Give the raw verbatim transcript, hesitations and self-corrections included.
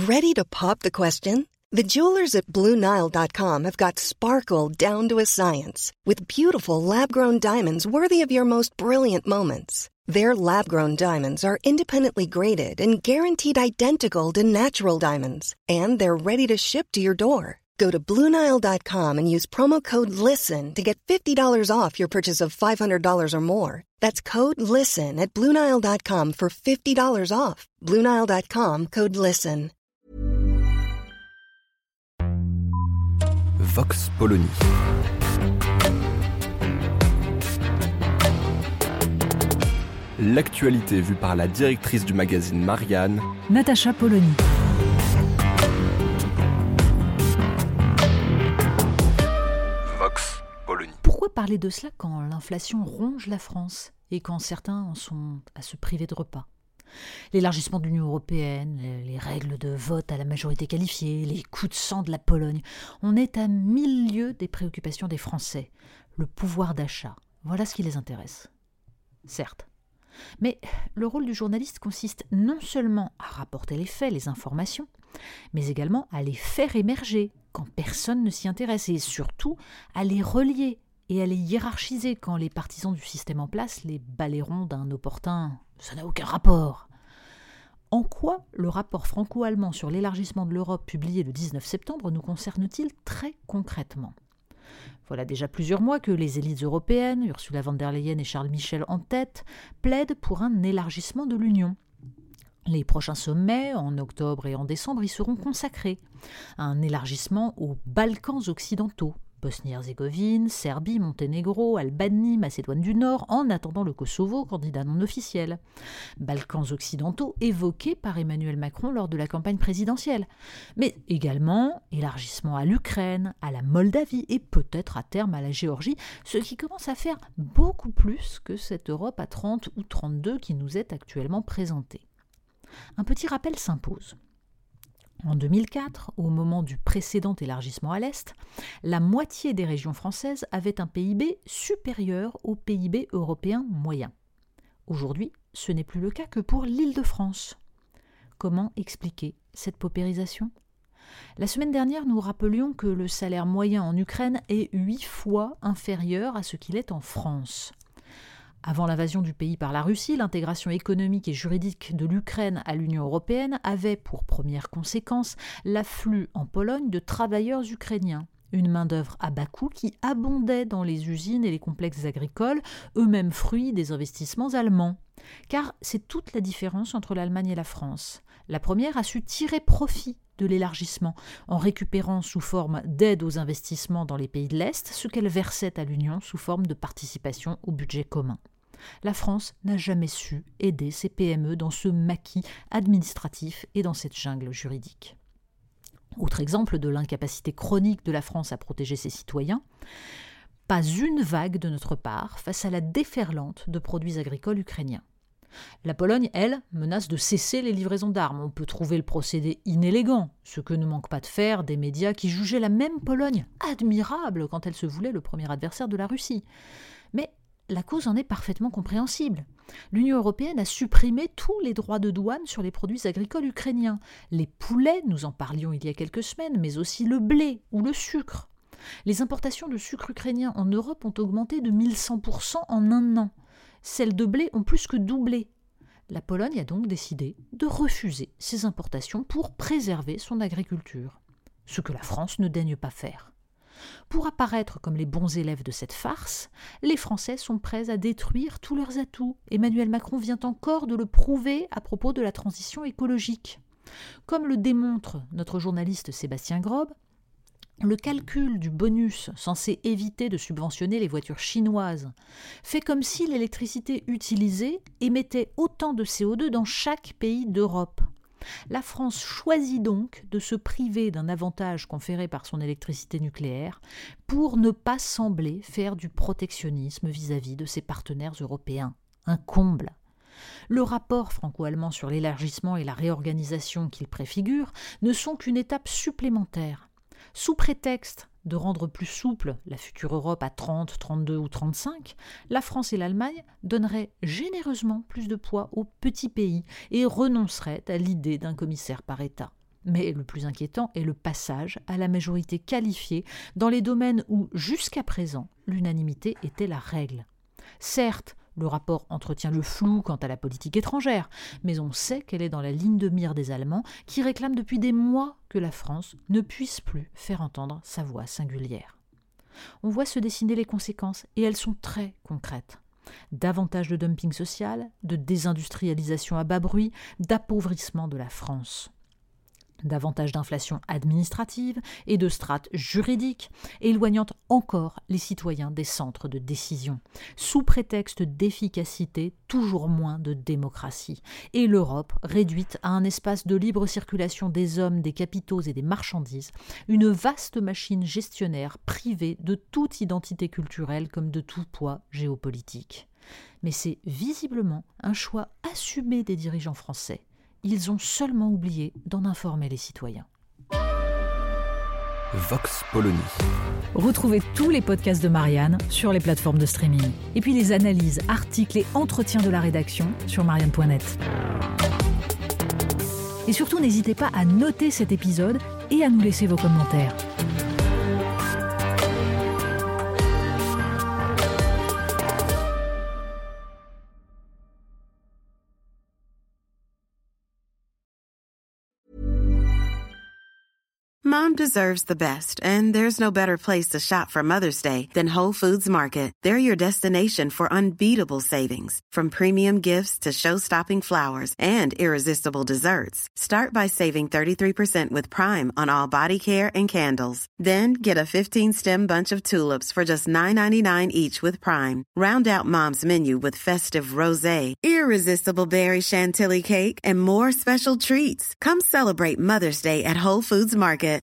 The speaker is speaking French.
Ready to pop the question? The jewelers at Blue Nile dot com have got sparkle down to a science with beautiful lab-grown diamonds worthy of your most brilliant moments. Their lab-grown diamonds are independently graded and guaranteed identical to natural diamonds, and they're ready to ship to your door. Go to Blue Nile dot com and use promo code LISTEN to get fifty dollars off your purchase of five hundred dollars or more. That's code LISTEN at Blue Nile dot com for fifty dollars off. Blue Nile dot com, code LISTEN. Vox Polony. L'actualité vue par la directrice du magazine Marianne, Natacha Polony. Vox Polony. Pourquoi parler de cela quand l'inflation ronge la France et quand certains en sont à se priver de repas ? L'élargissement de l'Union européenne, les règles de vote à la majorité qualifiée, les coups de sang de la Pologne. On est à mille lieues des préoccupations des Français. Le pouvoir d'achat, voilà ce qui les intéresse. Certes. Mais le rôle du journaliste consiste non seulement à rapporter les faits, les informations, mais également à les faire émerger quand personne ne s'y intéresse et surtout à les relier et à les hiérarchiser quand les partisans du système en place les balayeront d'un opportun « ça n'a aucun rapport ». En quoi le rapport franco-allemand sur l'élargissement de l'Europe publié le dix-neuf septembre nous concerne-t-il très concrètement ? Voilà déjà plusieurs mois que les élites européennes, Ursula von der Leyen et Charles Michel en tête, plaident pour un élargissement de l'Union. Les prochains sommets, en octobre et en décembre, y seront consacrés. Un élargissement aux Balkans occidentaux, Bosnie-Herzégovine, Serbie, Monténégro, Albanie, Macédoine du Nord, en attendant le Kosovo, candidat non officiel. Balkans occidentaux évoqués par Emmanuel Macron lors de la campagne présidentielle. Mais également élargissement à l'Ukraine, à la Moldavie et peut-être à terme à la Géorgie, ce qui commence à faire beaucoup plus que cette Europe à trente ou trente-deux qui nous est actuellement présentée. Un petit rappel s'impose. En deux mille quatre, au moment du précédent élargissement à l'Est, la moitié des régions françaises avaient un P I B supérieur au P I B européen moyen. Aujourd'hui, ce n'est plus le cas que pour l'Île-de-France. Comment expliquer cette paupérisation ? La semaine dernière, nous rappelions que le salaire moyen en Ukraine est huit fois inférieur à ce qu'il est en France. Avant l'invasion du pays par la Russie, l'intégration économique et juridique de l'Ukraine à l'Union européenne avait pour première conséquence l'afflux en Pologne de travailleurs ukrainiens, une main-d'œuvre à bas coût qui abondait dans les usines et les complexes agricoles, eux-mêmes fruits des investissements allemands. Car c'est toute la différence entre l'Allemagne et la France. La première a su tirer profit de l'élargissement, en récupérant sous forme d'aide aux investissements dans les pays de l'Est ce qu'elle versait à l'Union sous forme de participation au budget commun. La France n'a jamais su aider ses P M E dans ce maquis administratif et dans cette jungle juridique. Autre exemple de l'incapacité chronique de la France à protéger ses citoyens, pas une vague de notre part face à la déferlante de produits agricoles ukrainiens. La Pologne, elle, menace de cesser les livraisons d'armes. On peut trouver le procédé inélégant, ce que ne manquent pas de faire des médias qui jugeaient la même Pologne admirable quand elle se voulait le premier adversaire de la Russie. Mais la cause en est parfaitement compréhensible. L'Union européenne a supprimé tous les droits de douane sur les produits agricoles ukrainiens. Les poulets, nous en parlions il y a quelques semaines, mais aussi le blé ou le sucre. Les importations de sucre ukrainien en Europe ont augmenté de mille cent pour cent en un an. Celles de blé ont plus que doublé. La Pologne a donc décidé de refuser ces importations pour préserver son agriculture, ce que la France ne daigne pas faire. Pour apparaître comme les bons élèves de cette farce, les Français sont prêts à détruire tous leurs atouts. Emmanuel Macron vient encore de le prouver à propos de la transition écologique. Comme le démontre notre journaliste Sébastien Grob, le calcul du bonus censé éviter de subventionner les voitures chinoises fait comme si l'électricité utilisée émettait autant de C O deux dans chaque pays d'Europe. La France choisit donc de se priver d'un avantage conféré par son électricité nucléaire pour ne pas sembler faire du protectionnisme vis-à-vis de ses partenaires européens. Un comble. Le rapport franco-allemand sur l'élargissement et la réorganisation qu'il préfigure ne sont qu'une étape supplémentaire. Sous prétexte de rendre plus souple la future Europe à trente, trente-deux ou trente-cinq, la France et l'Allemagne donneraient généreusement plus de poids aux petits pays et renonceraient à l'idée d'un commissaire par État. Mais le plus inquiétant est le passage à la majorité qualifiée dans les domaines où, jusqu'à présent, l'unanimité était la règle. Certes, le rapport entretient le flou quant à la politique étrangère, mais on sait qu'elle est dans la ligne de mire des Allemands qui réclament depuis des mois que la France ne puisse plus faire entendre sa voix singulière. On voit se dessiner les conséquences, et elles sont très concrètes. Davantage de dumping social, de désindustrialisation à bas bruit, d'appauvrissement de la France. Davantage d'inflation administrative et de strates juridiques, éloignant encore les citoyens des centres de décision. Sous prétexte d'efficacité, toujours moins de démocratie. Et l'Europe réduite à un espace de libre circulation des hommes, des capitaux et des marchandises, une vaste machine gestionnaire privée de toute identité culturelle comme de tout poids géopolitique. Mais c'est visiblement un choix assumé des dirigeants français. Ils ont seulement oublié d'en informer les citoyens. Vox Polony. Retrouvez tous les podcasts de Marianne sur les plateformes de streaming. Et puis les analyses, articles et entretiens de la rédaction sur marianne point net. Et surtout, n'hésitez pas à noter cet épisode et à nous laisser vos commentaires. Mom deserves the best, and there's no better place to shop for Mother's Day than Whole Foods Market. They're your destination for unbeatable savings, from premium gifts to show-stopping flowers and irresistible desserts. Start by saving thirty-three percent with Prime on all body care and candles. Then get a fifteen-stem bunch of tulips for just nine ninety-nine each with Prime. Round out Mom's menu with festive rosé, irresistible berry chantilly cake, and more special treats. Come celebrate Mother's Day at Whole Foods Market.